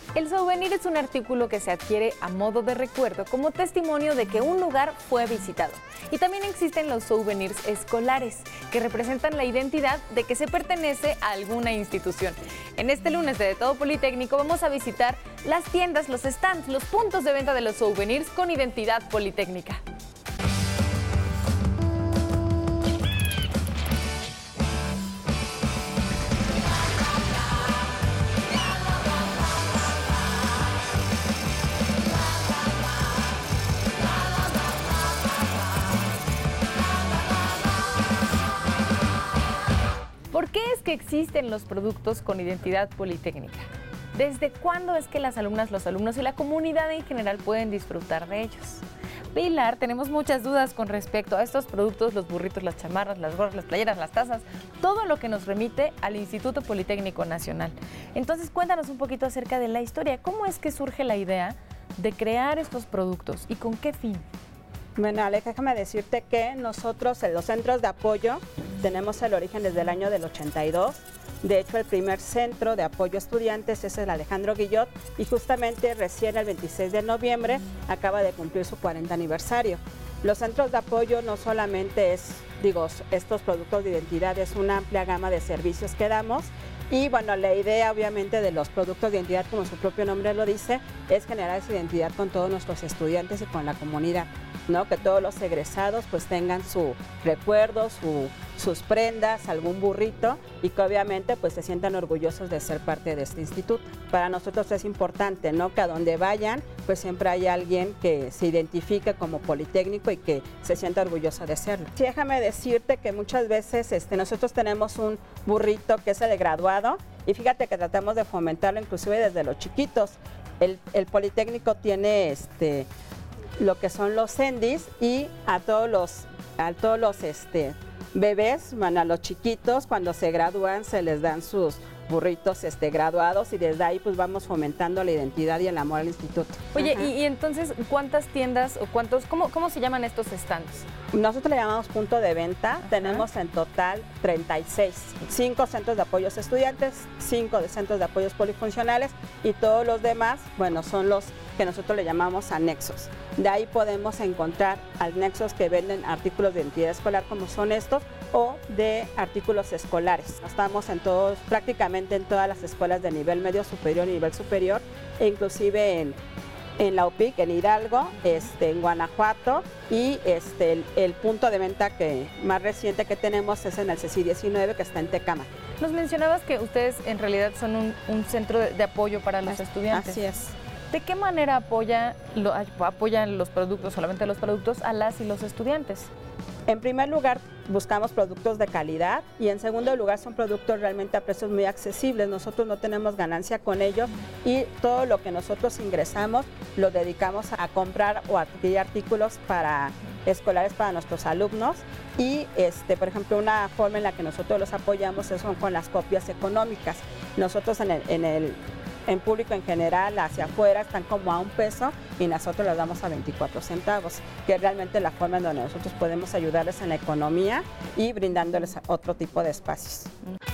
El souvenir es un artículo que se adquiere a modo de recuerdo como testimonio de que un lugar fue visitado. Y también existen los souvenirs escolares, que representan la identidad de que se pertenece a alguna institución. En este lunes de Todo Politécnico vamos a visitar las tiendas, los stands, los puntos de venta de los souvenirs con identidad politécnica. ¿Por qué es que existen los productos con identidad politécnica? ¿Desde cuándo es que las alumnas, los alumnos y la comunidad en general pueden disfrutar de ellos? Pilar, tenemos muchas dudas con respecto a estos productos, los burritos, las chamarras, las gorras, las playeras, las tazas, todo lo que nos remite al Instituto Politécnico Nacional. Entonces, cuéntanos un poquito acerca de la historia. ¿Cómo es que surge la idea de crear estos productos y con qué fin? Bueno, Alex, déjame decirte que nosotros en los centros de apoyo tenemos el origen desde el año del 82. De hecho, el primer centro de apoyo a estudiantes es el Alejandro Guillot y justamente recién el 26 de noviembre acaba de cumplir su 40 aniversario. Los centros de apoyo no solamente es, estos productos de identidad, es una amplia gama de servicios que damos. Y bueno, la idea obviamente de los productos de identidad, como su propio nombre lo dice, es generar esa identidad con todos nuestros estudiantes y con la comunidad, ¿no? Que todos los egresados pues tengan su recuerdo, sus prendas, algún burrito y que obviamente pues se sientan orgullosos de ser parte de este instituto. Para nosotros es importante, ¿no? Que a donde vayan pues siempre hay alguien que se identifique como politécnico y que se sienta orgulloso de serlo. Sí, déjame decirte que muchas veces nosotros tenemos un burrito que es el de graduado y fíjate que tratamos de fomentarlo inclusive desde los chiquitos. El Politécnico tiene lo que son los sendis y a todos los bebés, bueno, a los chiquitos cuando se gradúan se les dan sus burritos graduados y desde ahí pues vamos fomentando la identidad y el amor al instituto. Oye, y entonces, ¿cuántas tiendas o cómo se llaman estos stands? Nosotros le llamamos punto de venta. Ajá. Tenemos en total 36, 5 centros de apoyos estudiantes, 5 de centros de apoyos polifuncionales y todos los demás, bueno, son los que nosotros le llamamos anexos. De ahí podemos encontrar anexos que venden artículos de identidad escolar como son estos o de artículos escolares. Estamos prácticamente en todas las escuelas de nivel medio superior y nivel superior, e inclusive en la UPIC, en Hidalgo, en Guanajuato y el punto de venta más reciente que tenemos es en el CECI 19 que está en Tecama. Nos mencionabas que ustedes en realidad son un centro de apoyo para los estudiantes. Así es. ¿De qué manera apoyan los productos, solamente los productos, a las y los estudiantes? En primer lugar, buscamos productos de calidad y en segundo lugar son productos realmente a precios muy accesibles. Nosotros no tenemos ganancia con ellos y todo lo que nosotros ingresamos lo dedicamos a comprar o adquirir artículos escolares para nuestros alumnos y por ejemplo una forma en la que nosotros los apoyamos son con las copias económicas. Nosotros en público en general, hacia afuera, están como a $1 y nosotros las damos a 24 centavos, que es realmente la forma en donde nosotros podemos ayudarles en la economía y brindándoles otro tipo de espacios.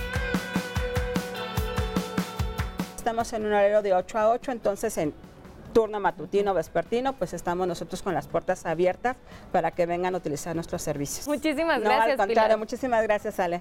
Estamos en un horario de 8 a 8, entonces en turno matutino, vespertino, pues estamos nosotros con las puertas abiertas para que vengan a utilizar nuestros servicios. Muchísimas gracias, al contrario, Pilar. Muchísimas gracias, Ale.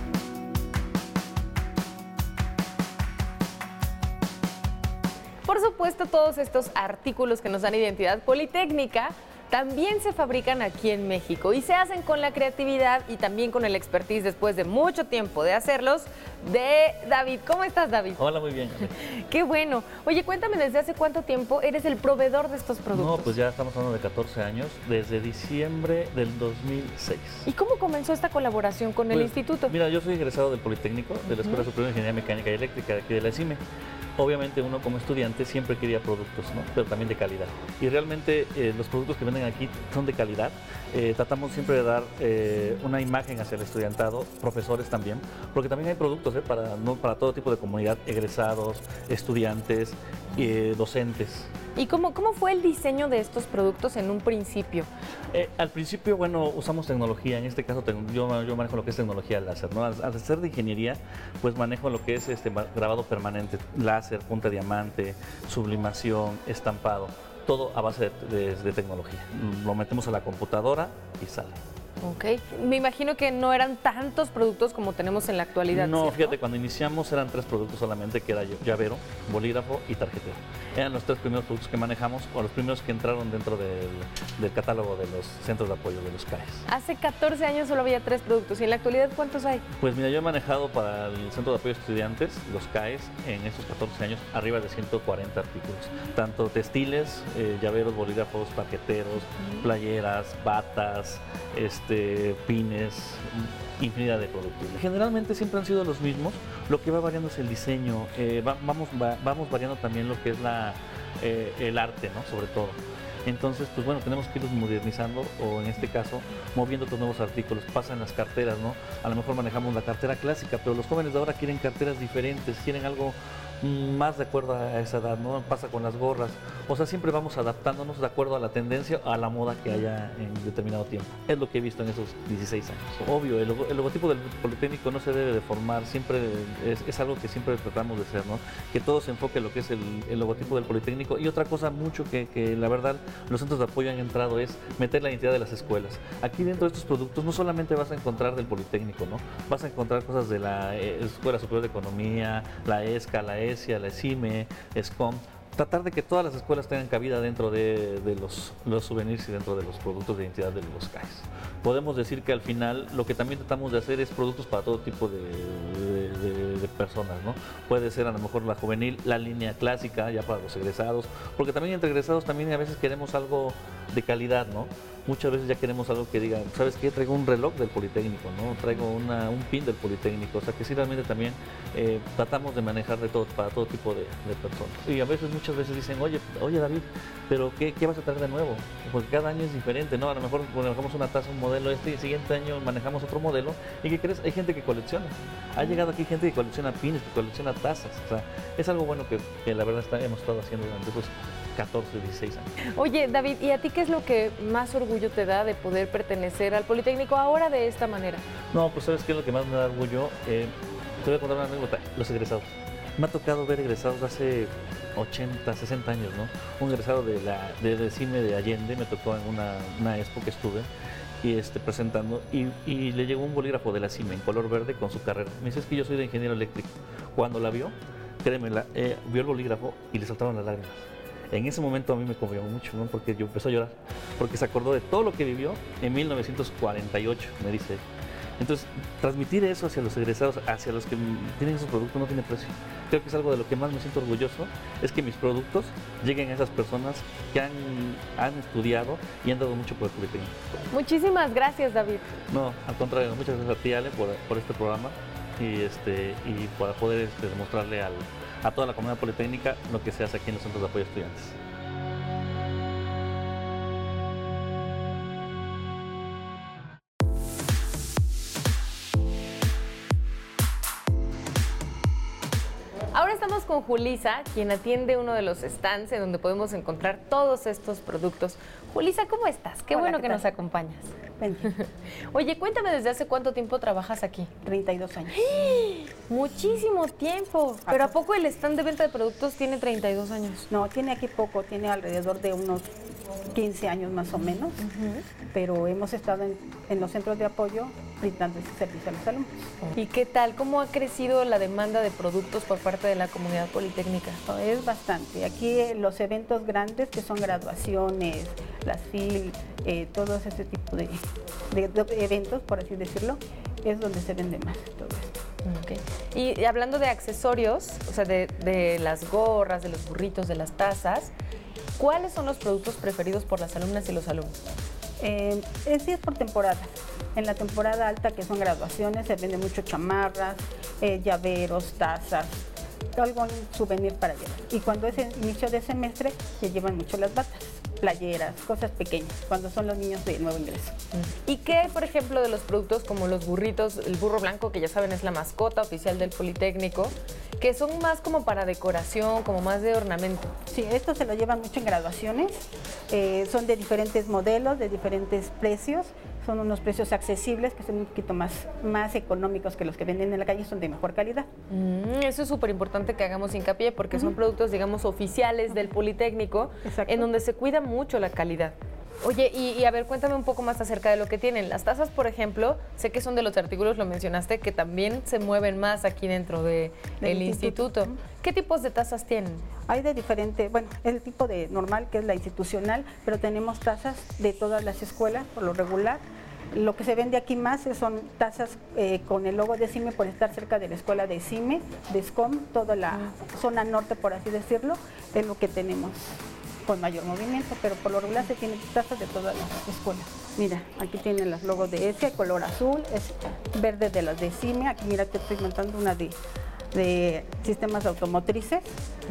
Por supuesto, todos estos artículos que nos dan identidad politécnica también se fabrican aquí en México y se hacen con la creatividad y también con el expertise después de mucho tiempo de hacerlos de David. ¿Cómo estás, David? Hola, muy bien. Qué bueno. Oye, cuéntame, ¿desde hace cuánto tiempo eres el proveedor de estos productos? No, pues ya estamos hablando de 14 años, desde diciembre del 2006. ¿Y cómo comenzó esta colaboración con el instituto? Mira, yo soy egresado del Politécnico, de la Escuela Superior de Ingeniería Mecánica y Eléctrica de aquí de la ESIME. Obviamente uno como estudiante siempre quería productos, ¿no? Pero también de calidad. Y realmente los productos que venden aquí son de calidad. Tratamos siempre de dar una imagen hacia el estudiantado, profesores también, porque también hay productos para todo tipo de comunidad, egresados, estudiantes, docentes. ¿Y cómo fue el diseño de estos productos en un principio? Al principio, bueno, usamos tecnología, en este caso yo manejo lo que es tecnología láser, ¿no? Al ser de ingeniería, pues manejo lo que es grabado permanente, láser, punta diamante, sublimación, estampado, todo a base de tecnología. Lo metemos a la computadora y sale. Ok, me imagino que no eran tantos productos como tenemos en la actualidad. No, ¿cierto? fíjate, cuando iniciamos eran 3 productos solamente, que era llavero, bolígrafo y tarjetero. Eran los 3 primeros productos que manejamos, o los primeros que entraron dentro del catálogo de los centros de apoyo, de los CAES. Hace 14 años solo había 3 productos, ¿y en la actualidad cuántos hay? Pues mira, yo he manejado para el Centro de Apoyo a Estudiantes, los CAES, en esos 14 años, arriba de 140 artículos. Tanto textiles, llaveros, bolígrafos, tarjeteros, playeras, batas, pines, infinidad de productos. Generalmente siempre han sido los mismos, lo que va variando es el diseño, vamos variando también lo que es el arte, ¿no? Sobre todo. Entonces, pues bueno, tenemos que irlos modernizando o en este caso, moviendo otros nuevos artículos. Pasa en las carteras, ¿no? A lo mejor manejamos la cartera clásica, pero los jóvenes de ahora quieren carteras diferentes, quieren algo más de acuerdo a esa edad, ¿no? Pasa con las gorras. O sea, siempre vamos adaptándonos de acuerdo a la tendencia, a la moda que haya en determinado tiempo. Es lo que he visto en esos 16 años. Obvio, el logotipo del Politécnico no se debe deformar, siempre es algo que siempre tratamos de hacer, ¿no? Que todo se enfoque en lo que es el logotipo del Politécnico. Y otra cosa mucho que la verdad los centros de apoyo han entrado es meter la identidad de las escuelas. Aquí dentro de estos productos no solamente vas a encontrar del Politécnico, ¿no? Vas a encontrar cosas de la Escuela Superior de Economía, la ESCA, la ESIA, la ESIME, ESCOM. Tratar de que todas las escuelas tengan cabida dentro de los souvenirs y dentro de los productos de identidad de los CAES. Podemos decir que al final lo que también tratamos de hacer es productos para todo tipo de personas, ¿no? Puede ser a lo mejor la juvenil, la línea clásica ya para los egresados, porque también entre egresados también a veces queremos algo de calidad, ¿no? Muchas veces ya queremos algo que diga, ¿sabes qué? Traigo un reloj del Politécnico, ¿no? Traigo un pin del Politécnico. O sea que sí, realmente también tratamos de manejar de todo para todo tipo de personas. Y a veces, muchas veces dicen, oye David, ¿pero qué vas a traer de nuevo? Porque cada año es diferente, ¿no? A lo mejor manejamos una taza, un modelo y el siguiente año manejamos otro modelo. ¿Y qué crees? Hay gente que colecciona. Ha llegado aquí gente que colecciona pines, que colecciona tazas. O sea, es algo bueno que la verdad hemos estado haciendo durante esos 14, 16 años. Oye, David, ¿y a ti qué es lo que más orgullo te da de poder pertenecer al Politécnico ahora de esta manera? No, pues ¿sabes qué es lo que más me da orgullo? Te voy a contar una anécdota, los egresados. Me ha tocado ver egresados hace 80, 60 años, ¿no? Un egresado de CIME de Allende me tocó en una expo que estuve y presentando y le llegó un bolígrafo de la CIME en color verde con su carrera. Me dice, es que yo soy de ingeniero eléctrico. Cuando la vio, créeme, vio el bolígrafo y le saltaron las lágrimas. En ese momento a mí me conmovió mucho, ¿no? Porque yo empecé a llorar, porque se acordó de todo lo que vivió en 1948, me dice. Entonces, transmitir eso hacia los egresados, hacia los que tienen esos productos, no tiene precio. Creo que es algo de lo que más me siento orgulloso, es que mis productos lleguen a esas personas que han estudiado y han dado mucho por el Politécnico. Muchísimas gracias, David. No, al contrario, muchas gracias a ti, Ale, por este programa y para poder demostrarle a toda la comunidad politécnica lo que se hace aquí en los centros de apoyo a estudiantes. Ahora estamos con Julisa, quien atiende uno de los stands en donde podemos encontrar todos estos productos. Julisa, ¿cómo estás? Qué bueno que nos acompañas. Oye, cuéntame, ¿desde hace cuánto tiempo trabajas aquí? 32 años. Muchísimo tiempo. ¿Pero a poco el stand de venta de productos tiene 32 años? No, tiene aquí poco, tiene alrededor de unos 15 años más o menos, pero hemos estado en los centros de apoyo brindando ese servicio a los alumnos. ¿Y qué tal? ¿Cómo ha crecido la demanda de productos por parte de la comunidad politécnica? Es bastante. Aquí los eventos grandes, que son graduaciones, las FIL, todo ese tipo de eventos, por así decirlo, es donde se vende más todo esto. Okay. Y hablando de accesorios, o sea, de las gorras, de los burritos, de las tazas, ¿cuáles son los productos preferidos por las alumnas y los alumnos? Sí, es por temporada. En la temporada alta, que son graduaciones, se vende mucho chamarras, llaveros, tazas, algo en souvenir para llevar. Y cuando es el inicio de semestre, se llevan mucho las batas. playeras, cosas pequeñas, cuando son los niños de nuevo ingreso. ¿Y qué, por ejemplo, de los productos como los burritos, el burro blanco, que ya saben es la mascota oficial del Politécnico, que son más como para decoración, como más de ornamento? Sí, estos se lo llevan mucho en graduaciones, son de diferentes modelos, de diferentes precios, son unos precios accesibles que son un poquito más económicos que los que venden en la calle, son de mejor calidad. Eso es súper importante que hagamos hincapié porque son productos, digamos, oficiales del Politécnico, en donde se cuida mucho la calidad. Oye, y a ver, cuéntame un poco más acerca de lo que tienen. Las tazas, por ejemplo, sé que son de los artículos, lo mencionaste, que también se mueven más aquí dentro del instituto. ¿Qué tipos de tazas tienen? Hay de diferente, bueno, el tipo de normal, que es la institucional, pero tenemos tazas de todas las escuelas, por lo regular. Lo que se vende aquí más son tazas con el logo de CIME por estar cerca de la escuela de CIME, de SCOM, toda la zona norte, por así decirlo, es lo que tenemos con mayor movimiento, pero por lo regular se tienen tazas de todas las escuelas. Mira, aquí tienen los logos de ESIA, color azul, es verde de las de CIME, aquí mira, te estoy montando una de sistemas automotrices.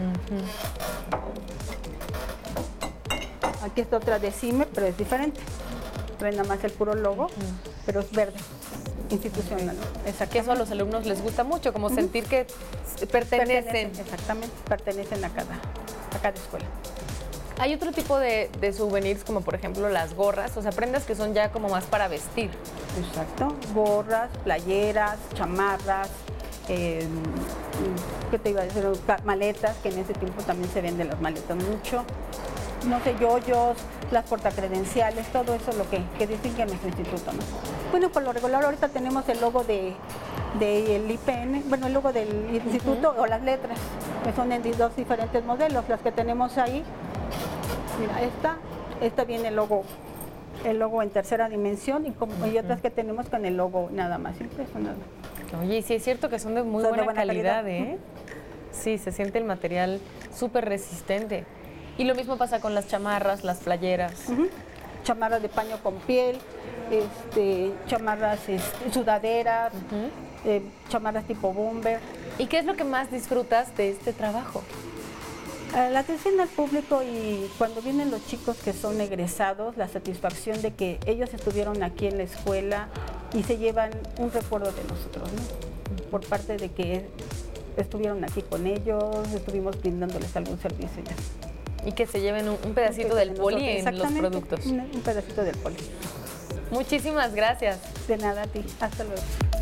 Aquí está otra de CIME, pero es diferente. Trae nada más el puro logo, pero es verde, institucional. Que eso a los alumnos les gusta mucho, como sentir que pertenecen. Exactamente, pertenecen a cada escuela. Hay otro tipo de souvenirs, como por ejemplo las gorras, o sea, prendas que son ya como más para vestir. Exacto, gorras, playeras, chamarras, ¿qué te iba a decir? Maletas, que en ese tiempo también se venden las maletas mucho. No sé, yoyos, las portacredenciales, todo eso es lo que distingue a nuestro instituto, ¿no? Bueno, por lo regular ahorita tenemos el logo del IPN, bueno, el logo del instituto o las letras, que son en dos diferentes modelos, las que tenemos ahí. Mira, esta viene el logo en tercera dimensión y otras que tenemos con el logo nada más impreso, nada. Oye, y sí es cierto que son de muy buena calidad, ¿eh? Sí, se siente el material súper resistente. Y lo mismo pasa con las chamarras, las playeras. Chamarras de paño con piel, chamarras sudaderas, chamarras tipo bomber. ¿Y qué es lo que más disfrutas de este trabajo? La atención al público y cuando vienen los chicos que son egresados, la satisfacción de que ellos estuvieron aquí en la escuela y se llevan un recuerdo de nosotros, ¿no? Por parte de que estuvieron aquí con ellos, estuvimos brindándoles algún servicio ya. Y que se lleven un pedacito del poli en los productos. Un pedacito del poli. Muchísimas gracias. De nada a ti. Hasta luego.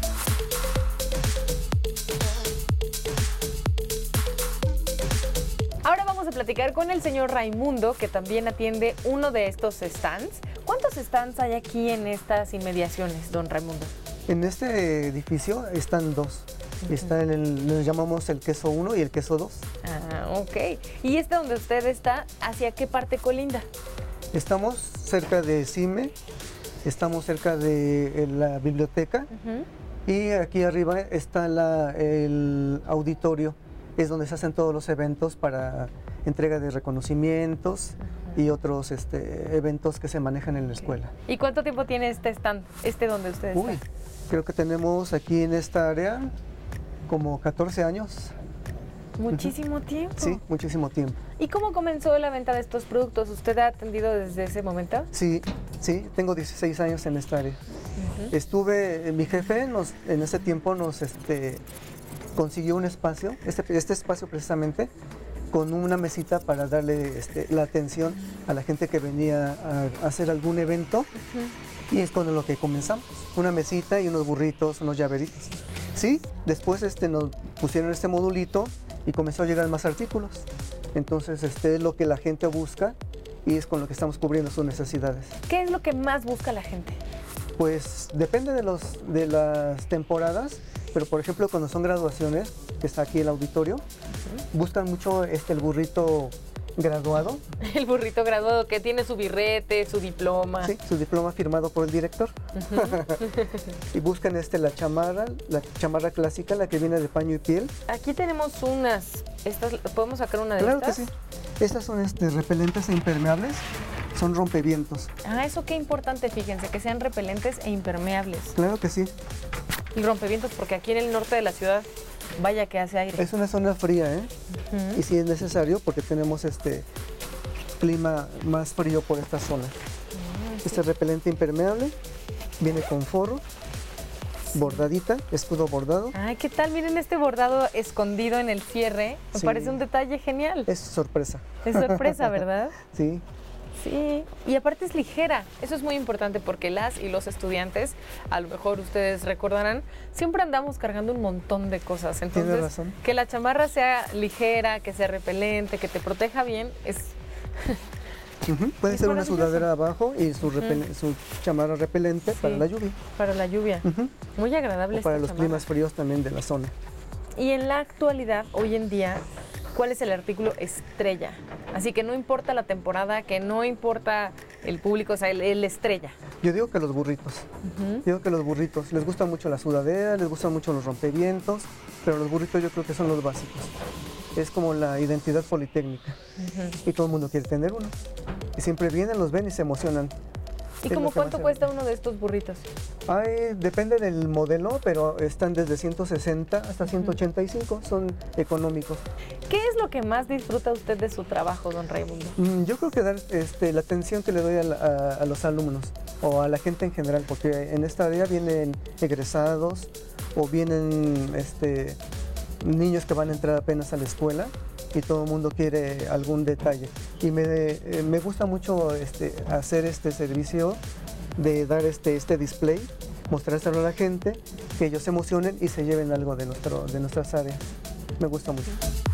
Ahora vamos a platicar con el señor Raimundo, que también atiende uno de estos stands. ¿Cuántos stands hay aquí en estas inmediaciones, don Raimundo? En este edificio están dos. Está les llamamos el queso 1 y el queso 2. Ah, ok. ¿Y donde usted está, hacia qué parte colinda? Estamos cerca de CIME, estamos cerca de la biblioteca y aquí arriba está el auditorio, es donde se hacen todos los eventos para entrega de reconocimientos y otros eventos que se manejan en la escuela. ¿Y cuánto tiempo tiene este stand, donde usted está? Creo que tenemos aquí en esta área como 14 años. Muchísimo tiempo. Sí, muchísimo tiempo. ¿Y cómo comenzó la venta de estos productos? ¿Usted ha atendido desde ese momento? Sí, tengo 16 años en esta área. Mi jefe en ese tiempo nos consiguió un espacio, este espacio precisamente, con una mesita para darle la atención a la gente que venía a hacer algún evento. Y es con lo que comenzamos, una mesita y unos burritos, unos llaveritos. Sí, después nos pusieron este modulito y comenzó a llegar más artículos. Entonces es lo que la gente busca y es con lo que estamos cubriendo sus necesidades. ¿Qué es lo que más busca la gente? Pues depende de las temporadas, pero por ejemplo cuando son graduaciones, que está aquí el auditorio, buscan mucho el burrito graduado. El burrito graduado que tiene su birrete, su diploma. Sí, su diploma firmado por el director. Y buscan la chamarra clásica, la que viene de paño y piel. Aquí tenemos unas. ¿Podemos sacar una de estas? Claro que sí. Estas son repelentes e impermeables, son rompevientos. Ah, eso qué importante, fíjense, que sean repelentes e impermeables. Claro que sí. Y rompevientos, porque aquí en el norte de la ciudad, vaya que hace aire. Es una zona fría, ¿eh? Y sí es necesario porque tenemos clima más frío por esta zona. Este repelente impermeable viene con forro, bordadita, escudo bordado. Ay, ¿qué tal? Miren este bordado escondido en el cierre. Me Sí. parece un detalle genial. Es sorpresa. Es sorpresa, ¿verdad? Sí. Sí, y aparte es ligera. Eso es muy importante porque las y los estudiantes, a lo mejor ustedes recordarán, siempre andamos cargando un montón de cosas. Tienes Entonces, razón. que la chamarra sea ligera, que sea repelente, que te proteja bien, es... Puede Es ser una maravilloso. sudadera abajo y su chamarra repelente Sí. para la lluvia. para la lluvia. Muy agradable O para esta los chamarra. climas fríos también de la zona. Y en la actualidad, hoy en día, ¿cuál es el artículo estrella? Así que no importa la temporada, que no importa el público, o sea, el estrella. Yo digo que los burritos. Digo que los burritos. Les gusta mucho la sudadera, les gustan mucho los rompevientos, pero los burritos yo creo que son los básicos. Es como la identidad politécnica. Y todo el mundo quiere tener uno. Y siempre vienen, los ven y se emocionan. ¿Y Es como lo que cuánto más se cuesta uno de estos burritos? Depende del modelo, pero están desde 160 hasta 185, son económicos. ¿Qué es lo que más disfruta usted de su trabajo, don Raimundo? Yo creo que dar la atención que le doy a los alumnos o a la gente en general, porque en esta área vienen egresados o vienen niños que van a entrar apenas a la escuela y todo el mundo quiere algún detalle. Y me gusta mucho hacer este servicio de dar este display, mostrárselo a la gente, que ellos se emocionen y se lleven algo de nuestras áreas. Me gusta mucho.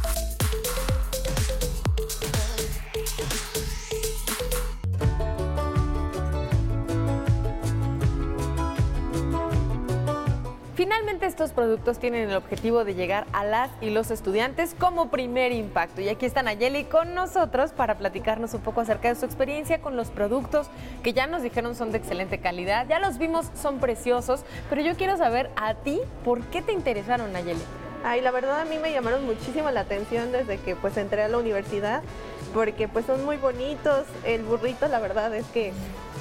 Finalmente estos productos tienen el objetivo de llegar a las y los estudiantes como primer impacto. Y aquí está Nayeli con nosotros para platicarnos un poco acerca de su experiencia con los productos que ya nos dijeron son de excelente calidad. Ya los vimos, son preciosos, pero yo quiero saber a ti, ¿por qué te interesaron, Nayeli? Ay, la verdad a mí me llamaron muchísimo la atención desde que pues entré a la universidad, porque pues son muy bonitos. El burrito, la verdad es que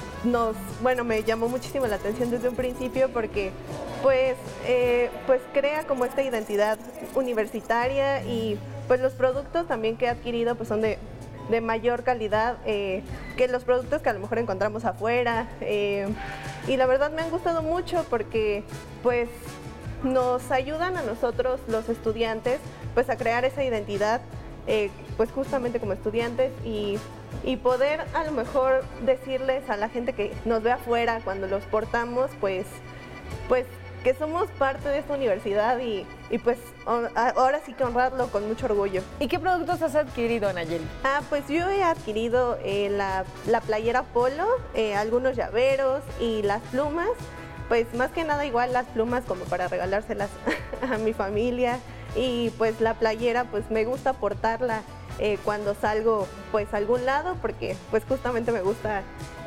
me llamó muchísimo la atención desde un principio porque pues crea como esta identidad universitaria y pues los productos también que he adquirido pues son de mayor calidad que los productos que a lo mejor encontramos afuera, y la verdad me han gustado mucho porque pues nos ayudan a nosotros los estudiantes pues a crear esa identidad pues justamente como estudiantes y poder a lo mejor decirles a la gente que nos ve afuera cuando los portamos pues que somos parte de esta universidad y pues ahora sí que honrarlo con mucho orgullo. ¿Y qué productos has adquirido, Nayeli? Pues yo he adquirido la playera polo, algunos llaveros y las plumas, pues más que nada igual las plumas como para regalárselas a mi familia, y pues la playera pues me gusta portarla cuando salgo pues a algún lado porque pues justamente me gusta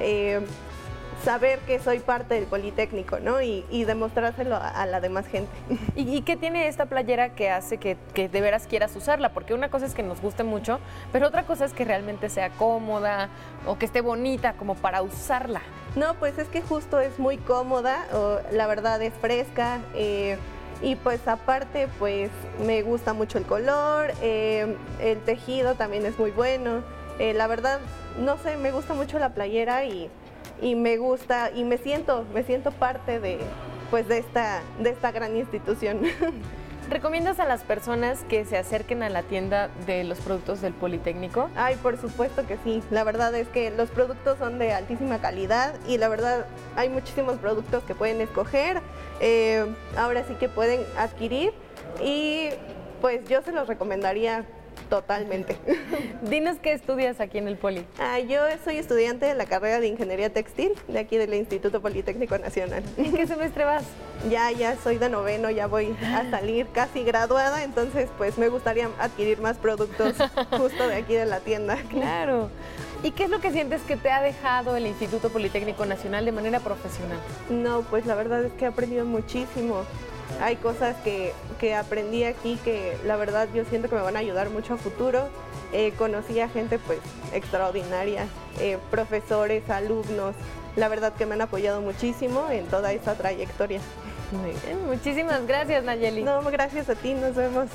saber que soy parte del Politécnico, ¿no? Y demostrárselo a la demás gente. ¿Y qué tiene esta playera que hace que de veras quieras usarla? Porque una cosa es que nos guste mucho, pero otra cosa es que realmente sea cómoda o que esté bonita como para usarla. No, pues es que justo es muy cómoda, la verdad es fresca, y pues aparte pues me gusta mucho el color, el tejido también es muy bueno, la verdad, no sé, me gusta mucho la playera y me gusta y me siento parte de esta gran institución. ¿Recomiendas a las personas que se acerquen a la tienda de los productos del Politécnico? Ay, por supuesto que sí. La verdad es que los productos son de altísima calidad y la verdad hay muchísimos productos que pueden escoger. Ahora sí que pueden adquirir y pues yo se los recomendaría totalmente. Dinos qué estudias aquí en el Poli. Yo soy estudiante de la carrera de Ingeniería Textil de aquí del Instituto Politécnico Nacional. ¿En qué semestre vas? Ya soy de noveno, ya voy a salir casi graduada, entonces pues me gustaría adquirir más productos justo de aquí de la tienda. Claro. ¿Y qué es lo que sientes que te ha dejado el Instituto Politécnico Nacional de manera profesional? No, pues la verdad es que he aprendido muchísimo. Hay cosas que aprendí aquí que la verdad yo siento que me van a ayudar mucho a futuro. Conocí a gente pues extraordinaria, profesores, alumnos, la verdad que me han apoyado muchísimo en toda esta trayectoria. Muy bien, muchísimas gracias, Nayeli. No, gracias a ti, nos vemos.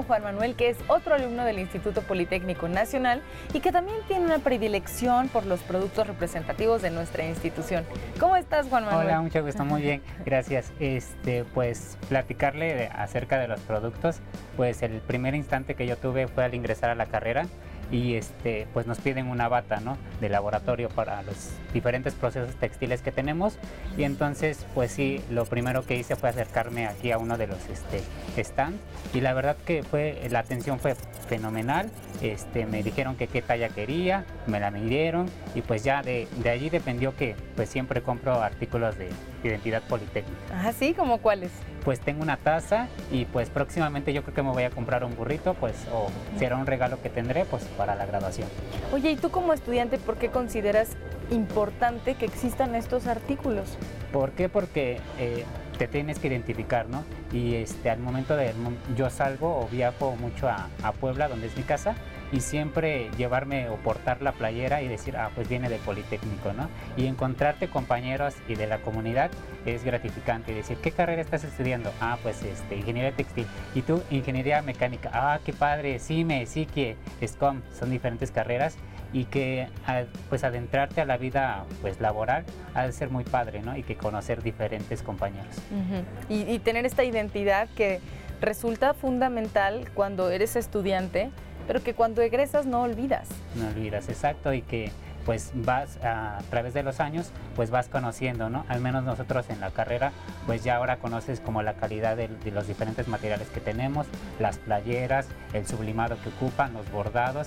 con Juan Manuel, que es otro alumno del Instituto Politécnico Nacional y que también tiene una predilección por los productos representativos de nuestra institución. ¿Cómo estás, Juan Manuel? Hola, mucho gusto, muy bien, gracias. Pues platicarle acerca de los productos, pues el primer instante que yo tuve fue al ingresar a la carrera y pues nos piden una bata, ¿no?, de laboratorio para los diferentes procesos textiles que tenemos, y entonces pues sí, lo primero que hice fue acercarme aquí a uno de los stands, y la verdad que la atención fue fenomenal. Me dijeron que qué talla quería, me la midieron, y pues ya de allí dependió que pues siempre compro artículos de identidad politécnica. Ah, sí, ¿cómo cuáles? Pues tengo una taza y pues próximamente yo creo que me voy a comprar un burrito, pues, o será un regalo que tendré pues para la graduación. Oye, ¿y tú como estudiante por qué consideras importante que existan estos artículos? ¿Por qué? Porque te tienes que identificar, ¿no? Y al momento yo salgo o viajo mucho a Puebla, donde es mi casa, y siempre llevarme o portar la playera y decir, pues viene del Politécnico, ¿no? Y encontrarte compañeros y de la comunidad es gratificante. Y decir, ¿qué carrera estás estudiando? Pues ingeniería textil. ¿Y tú? Ingeniería mecánica. Qué padre, CIME, SICIE, SCOM, son diferentes carreras, y que pues adentrarte a la vida pues laboral ha de ser muy padre, ¿no? Y que conocer diferentes compañeros. Y tener esta identidad que resulta fundamental cuando eres estudiante, pero que cuando egresas no olvidas. No olvidas, exacto, y que pues vas a través de los años pues vas conociendo, ¿no? Al menos nosotros en la carrera pues ya ahora conoces como la calidad de los diferentes materiales que tenemos, las playeras, el sublimado que ocupan, los bordados,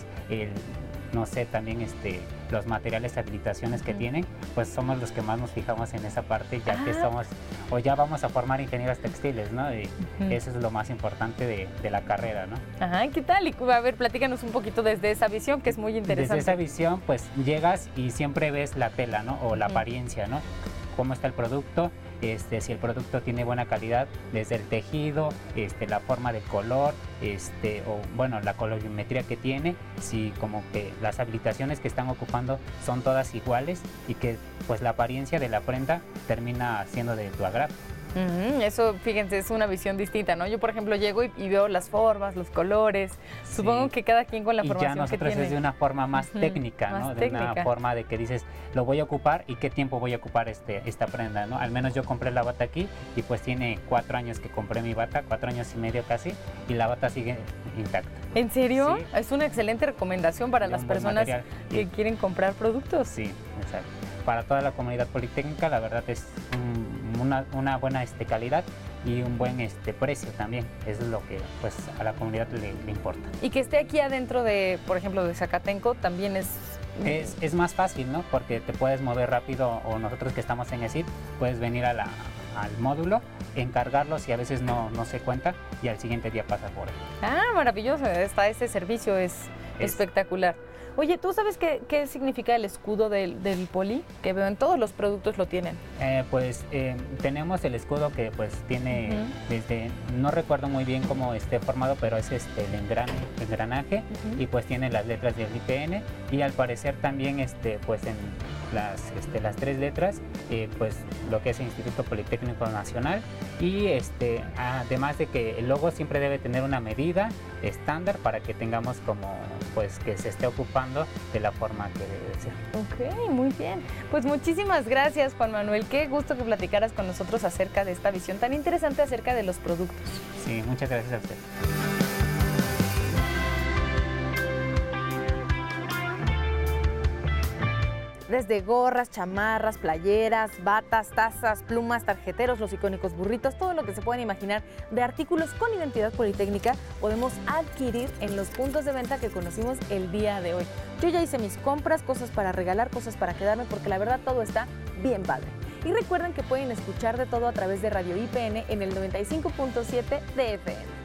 no sé, también los materiales de habilitaciones que tienen, pues somos los que más nos fijamos en esa parte, ya que somos, o ya vamos a formar ingenieros textiles, ¿no? Y eso es lo más importante de la carrera, ¿no? Ajá, ¿qué tal? Y a ver, platícanos un poquito desde esa visión, que es muy interesante. Desde esa visión, pues llegas y siempre ves la tela, ¿no? O la apariencia, ¿no? Cómo está el producto, si el producto tiene buena calidad, desde el tejido, la forma del color, o bueno, la colorimetría que tiene, si como que las habilitaciones que están ocupando son todas iguales, y que pues la apariencia de la prenda termina siendo de tu agrado. Eso, fíjense, es una visión distinta, ¿no? Yo, por ejemplo, llego y veo las formas, los colores. Sí. Supongo que cada quien con la formación que tiene. Y ya nosotros es de una forma más técnica, ¿no? De una forma de que dices, lo voy a ocupar y qué tiempo voy a ocupar esta prenda, ¿no? Al menos yo compré la bata aquí y pues tiene 4 años que compré mi bata, 4 años y medio casi, y la bata sigue intacta. ¿En serio? Sí. Es una excelente recomendación para las personas que quieren comprar productos. Sí, exacto. Para toda la comunidad politécnica, la verdad es una buena calidad y un buen precio también. Eso es lo que pues a la comunidad le importa. Y que esté aquí adentro de, por ejemplo, de Zacatenco también es más fácil, ¿no? Porque te puedes mover rápido, o nosotros que estamos en ESID, puedes venir al módulo, encargarlos, y a veces no se cuenta, y al siguiente día pasas por él. Maravilloso. Ese servicio es espectacular. Oye, ¿tú sabes qué significa el escudo del Poli? Que veo en todos los productos lo tienen. Tenemos el escudo que pues tiene no recuerdo muy bien cómo esté formado, pero es el engranaje, y pues tiene las letras del IPN, y al parecer también pues en las 3 letras, pues lo que es el Instituto Politécnico Nacional, y además de que el logo siempre debe tener una medida estándar para que tengamos como pues que se esté ocupando de la forma que debe ser. Ok, muy bien. Pues muchísimas gracias, Juan Manuel. Qué gusto que platicaras con nosotros acerca de esta visión tan interesante acerca de los productos. Sí, muchas gracias a usted. Desde gorras, chamarras, playeras, batas, tazas, plumas, tarjeteros, los icónicos burritos, todo lo que se puedan imaginar de artículos con identidad politécnica podemos adquirir en los puntos de venta que conocimos el día de hoy. Yo ya hice mis compras, cosas para regalar, cosas para quedarme, porque la verdad todo está bien padre. Y recuerden que pueden escuchar de todo a través de Radio IPN en el 95.7 de FM.